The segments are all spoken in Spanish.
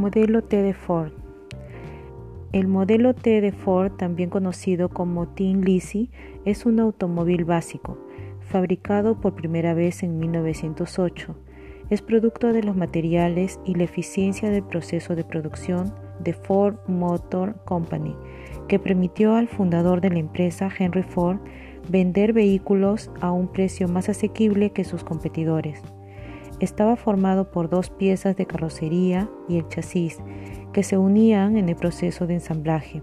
Modelo T de Ford. El modelo T de Ford, también conocido como Tin Lizzie, es un automóvil básico, fabricado por primera vez en 1908. Es producto de los materiales y la eficiencia del proceso de producción de Ford Motor Company, que permitió al fundador de la empresa, Henry Ford, vender vehículos a un precio más asequible que sus competidores. Estaba formado por dos piezas de carrocería y el chasis, que se unían en el proceso de ensamblaje.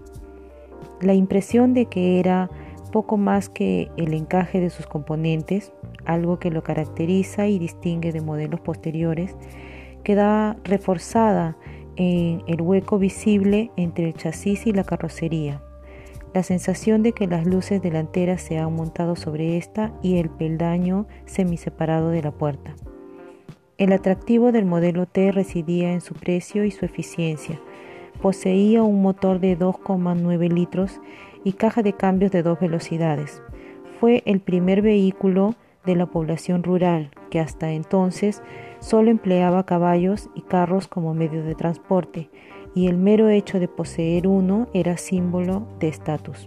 La impresión de que era poco más que el encaje de sus componentes, algo que lo caracteriza y distingue de modelos posteriores, queda reforzada en el hueco visible entre el chasis y la carrocería. La sensación de que las luces delanteras se han montado sobre esta y el peldaño semiseparado de la puerta. El atractivo del modelo T residía en su precio y su eficiencia. Poseía un motor de 2,9 litros y caja de cambios de 2 velocidades. Fue el primer vehículo de la población rural que hasta entonces solo empleaba caballos y carros como medio de transporte, y el mero hecho de poseer uno era símbolo de estatus.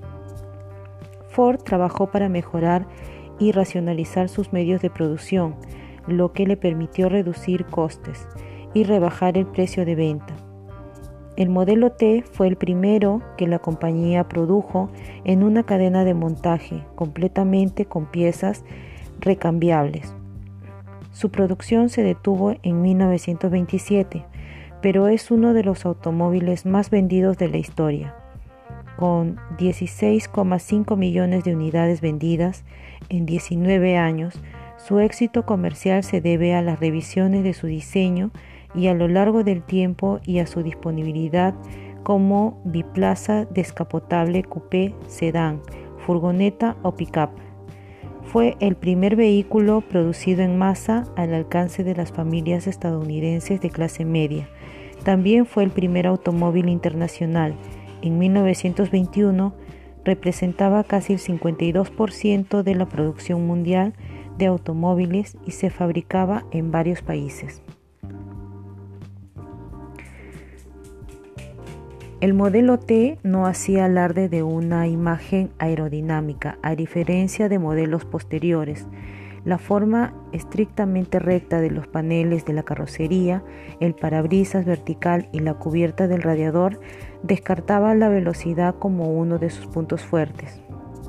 Ford trabajó para mejorar y racionalizar sus medios de producción, lo que le permitió reducir costes y rebajar el precio de venta. El modelo T fue el primero que la compañía produjo en una cadena de montaje completamente con piezas recambiables. Su producción se detuvo en 1927, pero es uno de los automóviles más vendidos de la historia, con 16,5 millones de unidades vendidas en 19 años. Su éxito comercial se debe a las revisiones de su diseño y a lo largo del tiempo y a su disponibilidad como biplaza descapotable coupé, sedán, furgoneta o pick-up. Fue el primer vehículo producido en masa al alcance de las familias estadounidenses de clase media. También fue el primer automóvil internacional. En 1921 representaba casi el 52% de la producción mundial de automóviles y se fabricaba en varios países. El modelo T no hacía alarde de una imagen aerodinámica, a diferencia de modelos posteriores. La forma estrictamente recta de los paneles de la carrocería, el parabrisas vertical y la cubierta del radiador descartaba la velocidad como uno de sus puntos fuertes.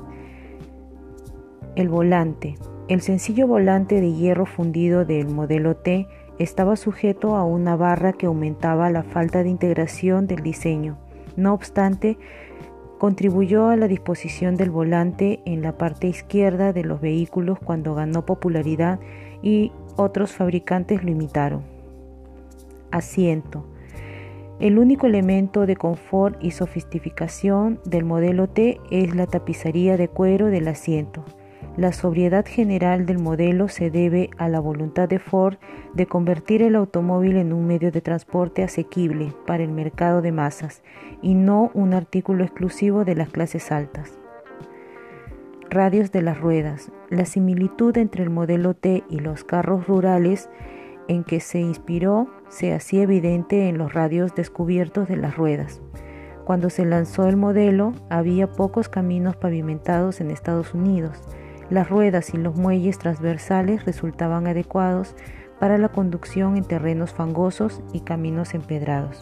El volante. El sencillo volante de hierro fundido del modelo T estaba sujeto a una barra que aumentaba la falta de integración del diseño. No obstante, contribuyó a la disposición del volante en la parte izquierda de los vehículos cuando ganó popularidad y otros fabricantes lo imitaron. Asiento. El único elemento de confort y sofisticación del modelo T es la tapicería de cuero del asiento. La sobriedad general del modelo se debe a la voluntad de Ford de convertir el automóvil en un medio de transporte asequible para el mercado de masas y no un artículo exclusivo de las clases altas. Radios de las ruedas. La similitud entre el modelo T y los carros rurales en que se inspiró se hacía evidente en los radios descubiertos de las ruedas. Cuando se lanzó el modelo, había pocos caminos pavimentados en Estados Unidos. Las ruedas y los muelles transversales resultaban adecuados para la conducción en terrenos fangosos y caminos empedrados.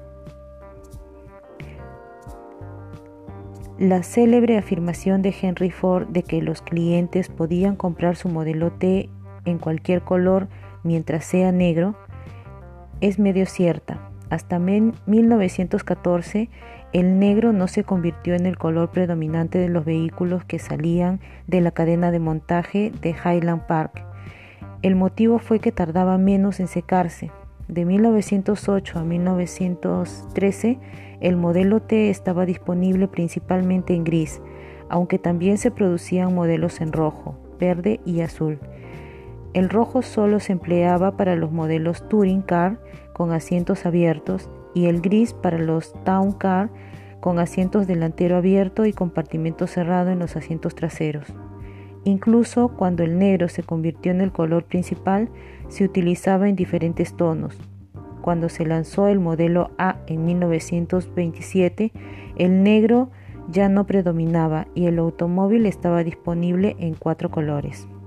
La célebre afirmación de Henry Ford de que los clientes podían comprar su modelo T en cualquier color mientras sea negro es medio cierta. Hasta 1914, el negro no se convirtió en el color predominante de los vehículos que salían de la cadena de montaje de Highland Park. El motivo fue que tardaba menos en secarse. De 1908 a 1913, el modelo T estaba disponible principalmente en gris, aunque también se producían modelos en rojo, verde y azul. El rojo solo se empleaba para los modelos Touring Car con asientos abiertos y el gris para los Town Car con asientos delantero abierto y compartimento cerrado en los asientos traseros. Incluso cuando el negro se convirtió en el color principal, se utilizaba en diferentes tonos. cuando se lanzó el modelo A en 1927, el negro ya no predominaba y el automóvil estaba disponible en 4 colores.